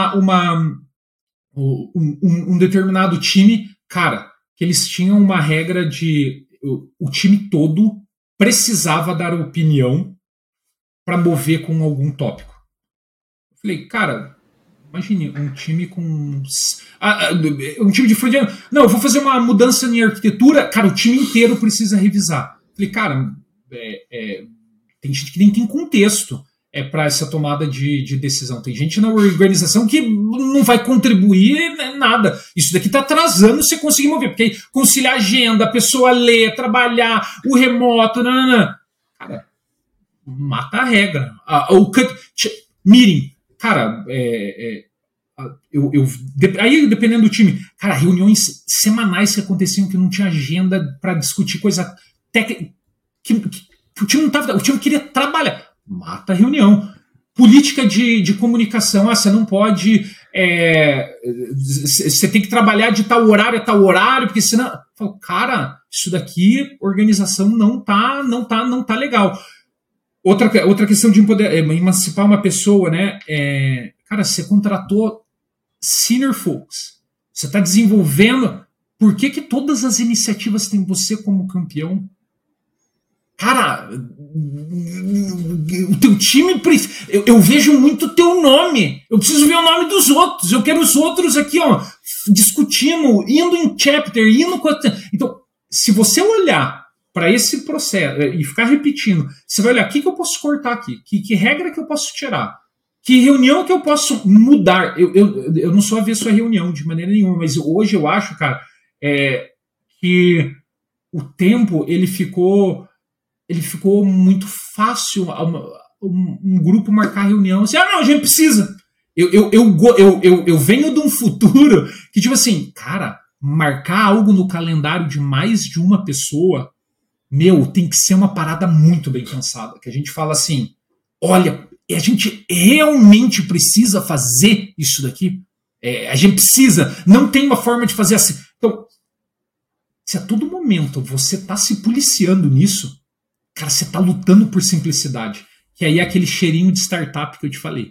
um determinado time, cara, que eles tinham uma regra de o time todo precisava dar opinião para mover com algum tópico. Eu falei, cara, imagine um time com um time de front-end. Não, eu vou fazer uma mudança em arquitetura, cara, o time inteiro precisa revisar. Eu falei, cara, tem gente que nem tem contexto para essa tomada de decisão. Tem gente na organização que não vai contribuir nada. Isso daqui está atrasando você conseguir mover, porque aí conciliar a agenda, a pessoa ler, trabalhar, o remoto, cara, mata a regra. O meeting, cara, aí dependendo do time, cara, reuniões semanais que aconteciam que não tinha agenda para discutir coisa técnica, que o time não tava, o time queria trabalhar. Mata a reunião. Política de comunicação. Você não pode. Você tem que trabalhar de tal horário a tal horário, porque senão. Cara, isso daqui, organização não tá legal. Outra questão de emancipar uma pessoa, né? Cara, você contratou senior folks. Você está desenvolvendo. Por que todas as iniciativas têm você como campeão? Cara, o teu time, eu vejo muito o teu nome. Eu preciso ver o nome dos outros. Eu quero os outros aqui, ó, discutindo, indo em chapter, indo... Então, se você olhar para esse processo e ficar repetindo, você vai olhar o que eu posso cortar aqui, que regra que eu posso tirar, que reunião que eu posso mudar. Eu não sou avesso a reunião de maneira nenhuma, mas hoje eu acho, cara, que o tempo ele ficou muito fácil um grupo marcar reunião assim, não, a gente precisa. Eu venho de um futuro que, tipo assim, cara, marcar algo no calendário de mais de uma pessoa, tem que ser uma parada muito bem pensada, que a gente fala assim, olha, a gente realmente precisa fazer isso daqui, a gente precisa, não tem uma forma de fazer assim. Então, se a todo momento você está se policiando nisso, cara, você está lutando por simplicidade, que aí é aquele cheirinho de startup que eu te falei.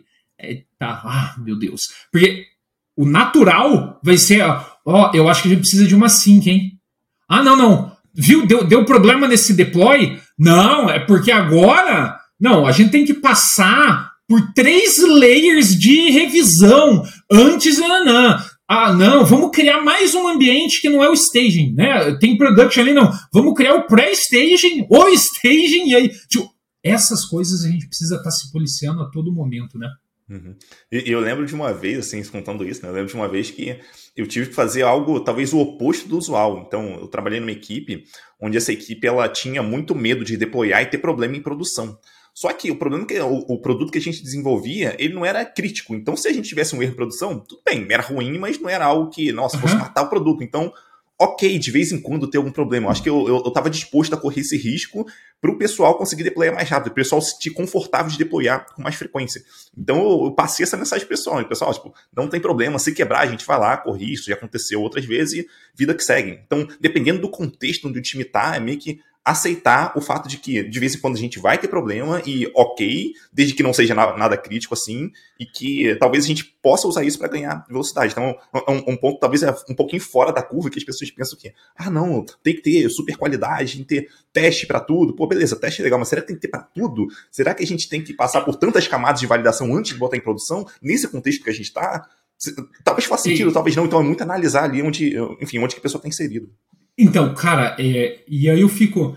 Meu Deus. Porque o natural vai ser, eu acho que a gente precisa de uma sync, hein? Não. Viu? Deu problema nesse deploy? Não, é porque agora... Não, a gente tem que passar por 3 layers de revisão antes... não, vamos criar mais um ambiente que não é o staging, né? Tem production ali, não. Vamos criar o pré-staging, o staging, e aí... Tipo, essas coisas a gente precisa estar se policiando a todo momento, né? Uhum. E eu lembro de uma vez, assim, contando isso, né? Eu lembro de uma vez que eu tive que fazer algo, talvez o oposto do usual. Então, eu trabalhei numa equipe onde essa equipe ela tinha muito medo de deployar e ter problema em produção. Só que o problema é que o produto que a gente desenvolvia, ele não era crítico. Então, se a gente tivesse um erro em produção, tudo bem, era ruim, mas não era algo que, fosse matar o produto. Então, ok, de vez em quando ter algum problema. Eu acho que eu estava disposto a correr esse risco para o pessoal conseguir deployar mais rápido, o pessoal se sentir confortável de deployar com mais frequência. Então eu passei essa mensagem pro pessoal. E o pessoal, não tem problema, se quebrar, a gente vai lá, corrige, isso já aconteceu outras vezes e vida que segue. Então, dependendo do contexto onde o time tá, é meio que aceitar o fato de que de vez em quando a gente vai ter problema e ok, desde que não seja nada crítico assim, e que talvez a gente possa usar isso para ganhar velocidade. Então é um ponto talvez um pouquinho fora da curva que as pessoas pensam que, não, tem que ter super qualidade, tem que ter teste para tudo. Pô, beleza, teste é legal, mas será que tem que ter para tudo? Será que a gente tem que passar por tantas camadas de validação antes de botar em produção, nesse contexto que a gente está? Talvez faça sentido, talvez não. Então é muito analisar ali onde que a pessoa está inserido. Então, cara, e aí eu fico...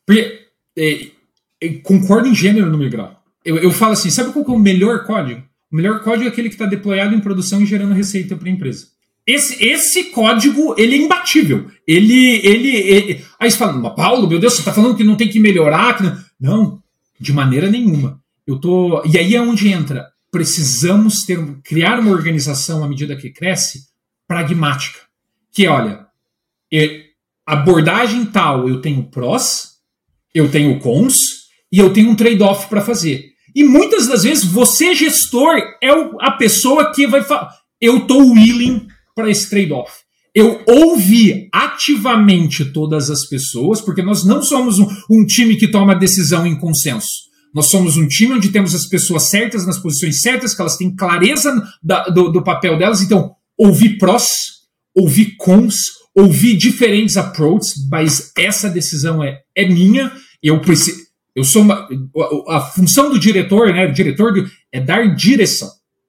concordo em gênero no migral. Eu falo assim, sabe qual que é o melhor código? O melhor código é aquele que está deployado em produção e gerando receita para a empresa. Esse código, ele é imbatível. Aí você fala, Paulo, meu Deus, você está falando que não tem que melhorar? Não, de maneira nenhuma. E aí é onde entra. Precisamos criar uma organização à medida que cresce, pragmática. Que, olha, abordagem tal, eu tenho prós, eu tenho cons, e eu tenho um trade-off para fazer. E muitas das vezes, você, gestor, é a pessoa que vai falar, eu estou willing para esse trade-off. Eu ouvi ativamente todas as pessoas, porque nós não somos um time que toma decisão em consenso. Nós somos um time onde temos as pessoas certas nas posições certas, que elas têm clareza do papel delas. Então, ouvi prós, ouvi cons, ouvi diferentes approaches, mas essa decisão é minha. A função do diretor, né? É dar direção.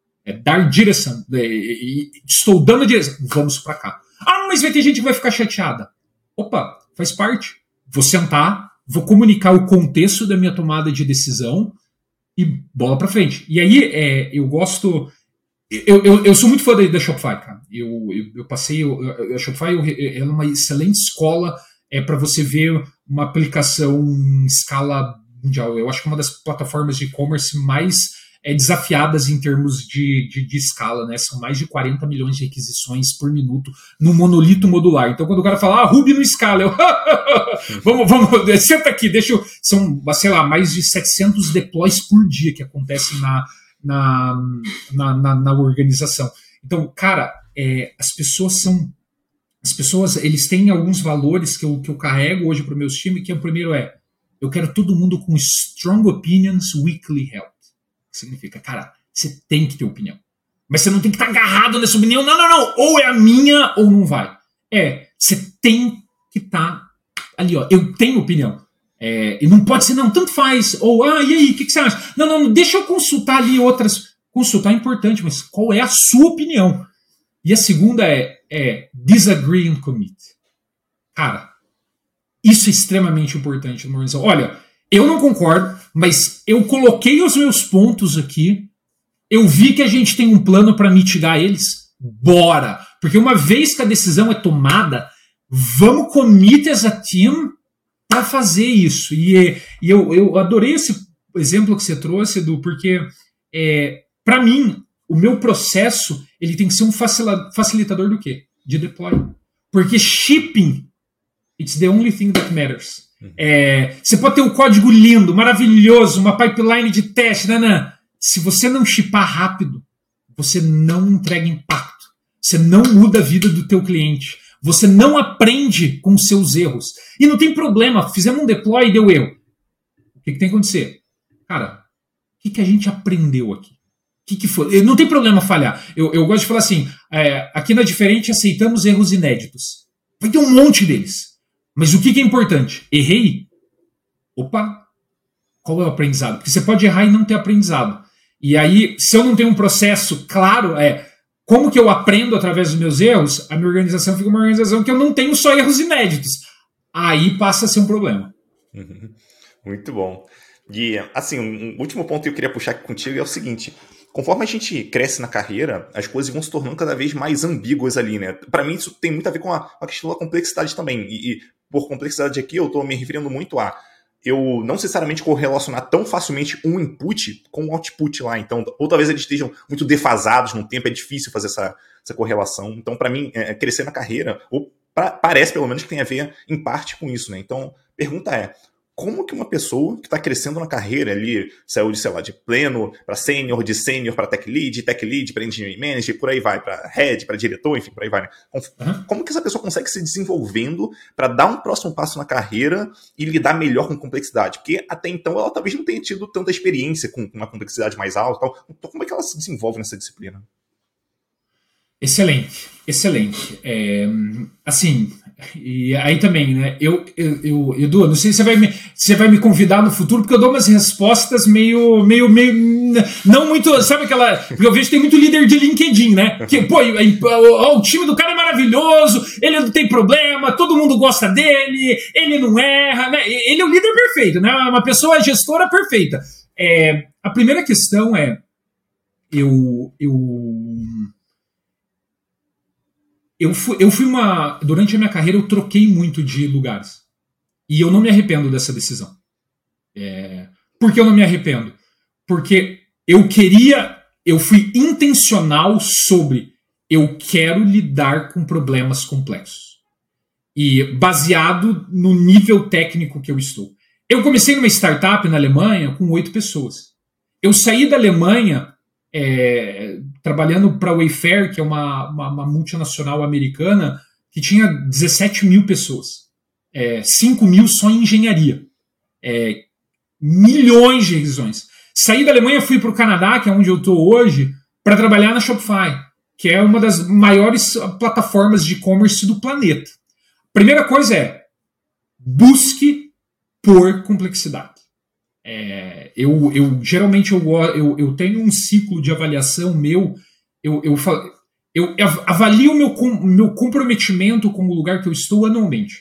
Estou dando a direção. Vamos para cá. Mas vai ter gente que vai ficar chateada. Opa, faz parte. Vou sentar, vou comunicar o contexto da minha tomada de decisão e bola para frente. E aí eu gosto. Eu sou muito fã da Shopify, cara. Eu passei. A Shopify é uma excelente escola para você ver uma aplicação em escala mundial. Eu acho que é uma das plataformas de e-commerce mais desafiadas em termos de escala, né? São mais de 40 milhões de requisições por minuto no monolito modular. Então, quando o cara fala, Ruby não escala, eu vamos, senta aqui, são, sei lá, mais de 700 deploys por dia que acontecem na organização. Então, cara, as pessoas, eles têm alguns valores que eu carrego hoje para os meus times, que o primeiro eu quero todo mundo com strong opinions weekly held. Significa, cara, você tem que ter opinião. Mas você não tem que estar agarrado nessa opinião. Não. Ou é a minha ou não vai. Você tem que estar ali, ó. Eu tenho opinião. E não pode ser, não, tanto faz. Ou, e aí, o que você acha? Não, deixa eu consultar ali outras. Consultar é importante, mas qual é a sua opinião? E a segunda é disagree and commit. Cara, isso é extremamente importante numa organização. Olha, eu não concordo, mas eu coloquei os meus pontos aqui, eu vi que a gente tem um plano para mitigar eles, bora! Porque uma vez que a decisão é tomada, vamos commit as a team para fazer isso. E eu adorei esse exemplo que você trouxe, Edu, porque para mim, o meu processo ele tem que ser um facilitador do quê? De deploy. Porque shipping, it's the only thing that matters. Você pode ter um código lindo, maravilhoso, uma pipeline de teste, se você não shippar rápido, você não entrega impacto. Você não muda a vida do teu cliente. Você não aprende com os seus erros. E não tem problema, fizemos um deploy e deu erro. O que tem que acontecer? Cara, o que a gente aprendeu aqui? O que foi? Não tem problema falhar. Eu gosto de falar assim, aqui na Diferente aceitamos erros inéditos. Vai ter um monte deles. Mas o que é importante? Errei? Opa, qual é o aprendizado? Porque você pode errar e não ter aprendizado. E aí, se eu não tenho um processo claro, como que eu aprendo através dos meus erros, a minha organização fica uma organização que eu não tenho só erros inéditos. Aí passa a ser um problema. Muito bom. E, assim, um último ponto que eu queria puxar aqui contigo é o seguinte. Conforme a gente cresce na carreira, as coisas vão se tornando cada vez mais ambíguas ali, né? Para mim, isso tem muito a ver com a questão da complexidade também. E por complexidade aqui, eu estou me referindo muito a eu não necessariamente correlacionar tão facilmente um input com o output lá. Então, ou talvez eles estejam muito defasados no tempo, é difícil fazer essa correlação. Então, para mim, crescer na carreira, parece pelo menos que tem a ver em parte com isso, né? Então, pergunta como que uma pessoa que está crescendo na carreira ali, saiu de, sei lá, de pleno para sênior, de sênior para tech lead para engineering manager, por aí vai, para head, para diretor, enfim, por aí vai, né? Como que essa pessoa consegue se desenvolvendo para dar um próximo passo na carreira e lidar melhor com complexidade? Porque até então ela talvez não tenha tido tanta experiência com uma complexidade mais alta. Tal. Então como é que ela se desenvolve nessa disciplina? Excelente. Assim, e aí também, né? Edu, não sei se você vai me convidar no futuro, porque eu dou umas respostas meio não muito, sabe aquela. Porque eu vejo que tem muito líder de LinkedIn, né? Que, o time do cara é maravilhoso, ele não tem problema, todo mundo gosta dele, ele não erra, né? Ele é o líder perfeito, né? Uma pessoa gestora perfeita. A primeira questão durante a minha carreira, eu troquei muito de lugares. E eu não me arrependo dessa decisão. Por que eu não me arrependo? Porque eu fui intencional sobre eu quero lidar com problemas complexos. E baseado no nível técnico que eu estou. Eu comecei numa startup na Alemanha com 8 pessoas. Eu saí da Alemanha trabalhando para a Wayfair, que é uma multinacional americana, que tinha 17 mil pessoas. 5 mil só em engenharia. Milhões de revisões. Saí da Alemanha, fui para o Canadá, que é onde eu estou hoje, para trabalhar na Shopify, que é uma das maiores plataformas de e-commerce do planeta. Primeira coisa busque por complexidade. Geralmente eu tenho um ciclo de avaliação meu, eu avalio o meu comprometimento com o lugar que eu estou anualmente.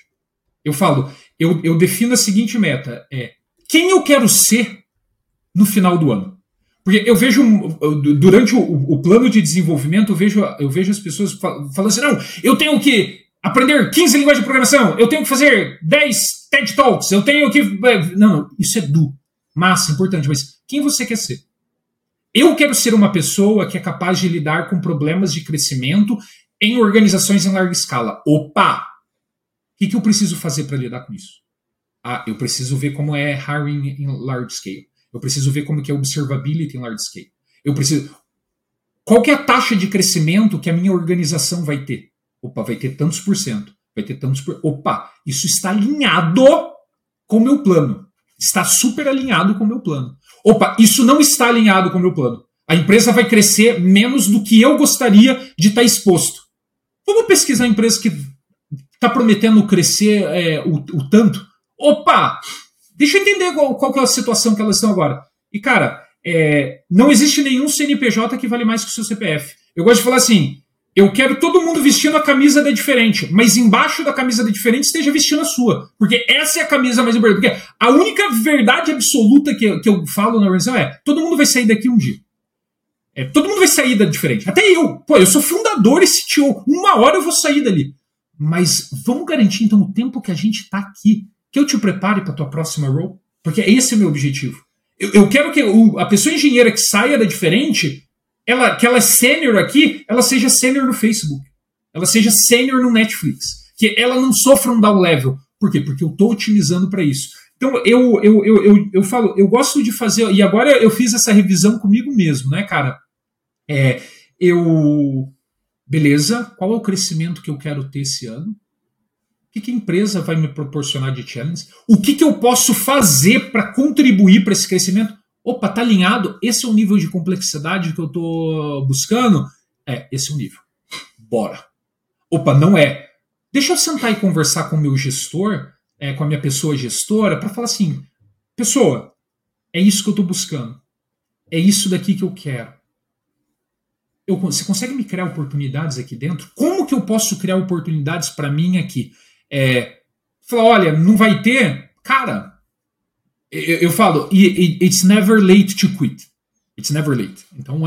Eu defino a seguinte meta, quem eu quero ser no final do ano. Porque eu vejo, durante o plano de desenvolvimento, eu vejo as pessoas falando assim, não, eu tenho que aprender 15 linguagens de programação, eu tenho que fazer 10 TED Talks, eu tenho que... Não, isso é massa, importante, mas quem você quer ser? Eu quero ser uma pessoa que é capaz de lidar com problemas de crescimento em organizações em larga escala. Opa! O que eu preciso fazer para lidar com isso? Eu preciso ver como é hiring em large scale. Eu preciso ver como que é observability em large scale. Qual que é a taxa de crescimento que a minha organização vai ter? Opa, vai ter tantos por cento. Vai ter tantos por... Opa, isso está alinhado com o meu plano. Está super alinhado com o meu plano. Opa, isso não está alinhado com o meu plano. A empresa vai crescer menos do que eu gostaria de estar exposto. Vamos pesquisar a empresa que está prometendo crescer o tanto. Opa, deixa eu entender qual que é a situação que elas estão agora. E, cara, não existe nenhum CNPJ que vale mais que o seu CPF. Eu gosto de falar assim, eu quero todo mundo vestindo a camisa da diferente, mas embaixo da camisa da diferente esteja vestindo a sua. Porque essa é a camisa mais importante. Porque a única verdade absoluta que eu falo na organização todo mundo vai sair daqui um dia. Todo mundo vai sair da diferente. Até eu. Pô, eu sou fundador e CTO. Uma hora eu vou sair dali. Mas vamos garantir, então, o tempo que a gente tá aqui, que eu te prepare para tua próxima role? Porque esse é o meu objetivo. Eu quero que a pessoa engenheira que saia da diferente, que ela é sênior aqui, ela seja sênior no Facebook. Ela seja sênior no Netflix. Que ela não sofra um down level. Por quê? Porque eu tô otimizando para isso. Então, eu falo, eu gosto de fazer... E agora eu fiz essa revisão comigo mesmo, né, cara? Beleza, qual é o crescimento que eu quero ter esse ano? O que a empresa vai me proporcionar de challenge? O que eu posso fazer para contribuir para esse crescimento? Opa, tá alinhado? Esse é o nível de complexidade que eu tô buscando? Esse é o nível. Bora. Opa, não é. Deixa eu sentar e conversar com o meu gestor, com a minha pessoa gestora, para falar assim, pessoa, é isso que eu tô buscando. É isso daqui que eu quero. Você consegue me criar oportunidades aqui dentro? Como que eu posso criar oportunidades para mim aqui? Falar, olha, não vai ter? Cara, eu falo, it's never late to quit. It's never late. Então,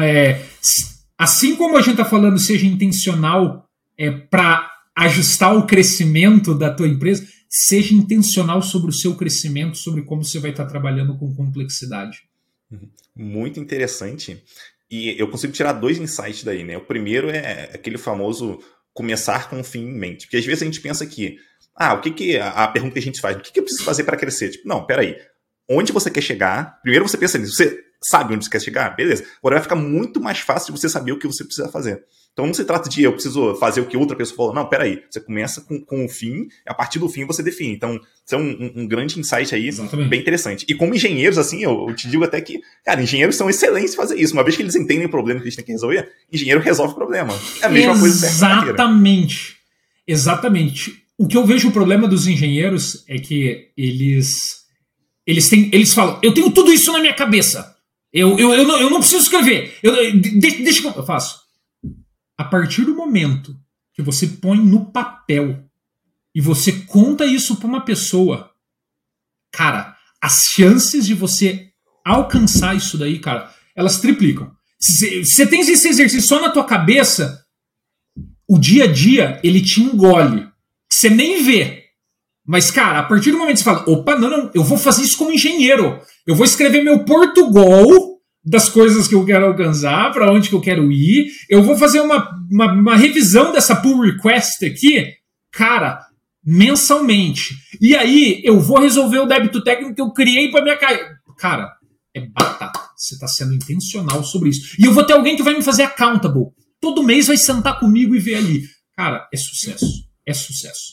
assim como a gente está falando, seja intencional para ajustar o crescimento da tua empresa, seja intencional sobre o seu crescimento, sobre como você vai estar trabalhando com complexidade. Muito interessante. E eu consigo tirar 2 insights daí, né? O primeiro é aquele famoso começar com o fim em mente. Porque às vezes a gente pensa que, a pergunta que a gente faz, o que eu preciso fazer para crescer? Tipo, não, peraí. Onde você quer chegar? Primeiro você pensa nisso. Você sabe onde você quer chegar? Beleza. Agora vai ficar muito mais fácil de você saber o que você precisa fazer. Então não se trata de eu preciso fazer o que outra pessoa falou. Não, peraí. Você começa com o fim, a partir do fim você define. Então, isso é um grande insight aí, exatamente, bem interessante. E como engenheiros, assim, eu te digo até que, cara, engenheiros são excelentes em fazer isso. Uma vez que eles entendem o problema que eles têm que resolver, engenheiro resolve o problema. É a mesma coisa. Exatamente. Exatamente. O que eu vejo o problema dos engenheiros é que eles falam, eu tenho tudo isso na minha cabeça. Eu não preciso escrever. Deixa que eu faço. A partir do momento que você põe no papel e você conta isso para uma pessoa, cara, as chances de você alcançar isso daí, cara, elas triplicam. Se você tem esse exercício só na tua cabeça, o dia a dia, ele te engole. Você nem vê. Mas, cara, a partir do momento que você fala, opa, não, eu vou fazer isso como engenheiro. Eu vou escrever meu Portugal das coisas que eu quero alcançar, para onde que eu quero ir. Eu vou fazer uma revisão dessa pull request aqui, cara, mensalmente. E aí, eu vou resolver o débito técnico que eu criei para minha carreira. Cara, é batata. Você está sendo intencional sobre isso. E eu vou ter alguém que vai me fazer accountable. Todo mês vai sentar comigo e ver ali. Cara, é sucesso. É sucesso.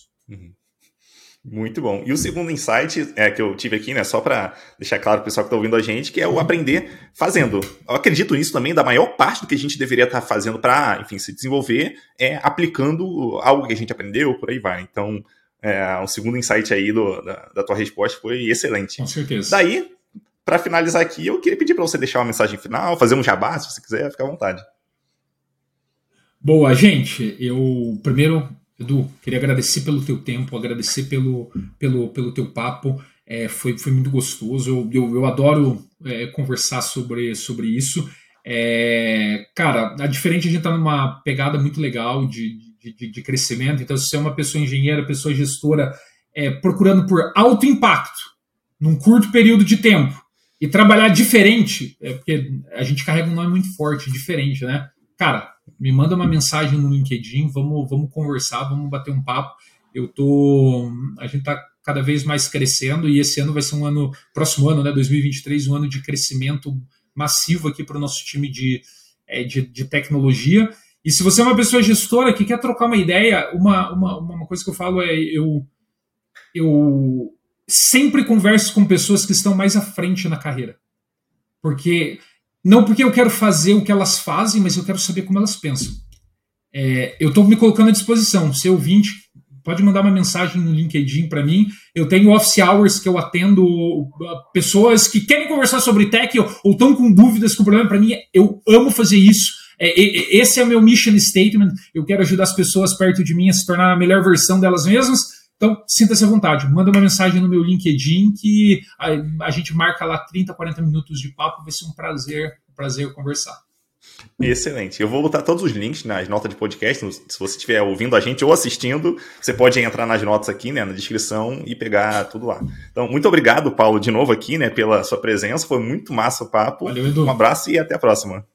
Muito bom. E o segundo insight que eu tive aqui, né, só para deixar claro pro pessoal que está ouvindo a gente, que é o aprender fazendo. Eu acredito nisso também, da maior parte do que a gente deveria estar fazendo para, enfim, se desenvolver, aplicando algo que a gente aprendeu, por aí vai. Então, o segundo insight aí da tua resposta foi excelente. Com certeza. Daí, para finalizar aqui, eu queria pedir para você deixar uma mensagem final, fazer um jabá, se você quiser, fica à vontade. Boa, gente. Primeiro, Edu, queria agradecer pelo teu tempo, agradecer pelo teu papo. Foi muito gostoso. Eu adoro conversar sobre isso. Cara, a diferente, a gente está numa pegada muito legal de crescimento. Então, se você é uma pessoa engenheira, pessoa gestora, procurando por alto impacto num curto período de tempo e trabalhar diferente, porque a gente carrega um nome muito forte, diferente, né? Cara, me manda uma mensagem no LinkedIn, vamos conversar, vamos bater um papo. A gente está cada vez mais crescendo e esse ano vai ser próximo ano, né, 2023, um ano de crescimento massivo aqui para o nosso time de tecnologia. E se você é uma pessoa gestora que quer trocar uma ideia, uma coisa que eu falo eu sempre converso com pessoas que estão mais à frente na carreira. Não porque eu quero fazer o que elas fazem, mas eu quero saber como elas pensam. Eu estou me colocando à disposição. Ser ouvinte, pode mandar uma mensagem no LinkedIn para mim. Eu tenho office hours que eu atendo pessoas que querem conversar sobre tech ou estão com dúvidas com o problema. Para mim, eu amo fazer isso. Esse é o meu mission statement. Eu quero ajudar as pessoas perto de mim a se tornar a melhor versão delas mesmas. Então, sinta-se à vontade. Manda uma mensagem no meu LinkedIn que a gente marca lá 30, 40 minutos de papo. Vai ser um prazer conversar. Excelente. Eu vou botar todos os links nas notas de podcast. Se você estiver ouvindo a gente ou assistindo, você pode entrar nas notas aqui, né, na descrição e pegar tudo lá. Então, muito obrigado, Paulo, de novo aqui, né, pela sua presença. Foi muito massa o papo. Valeu, Edu. Um abraço e até a próxima.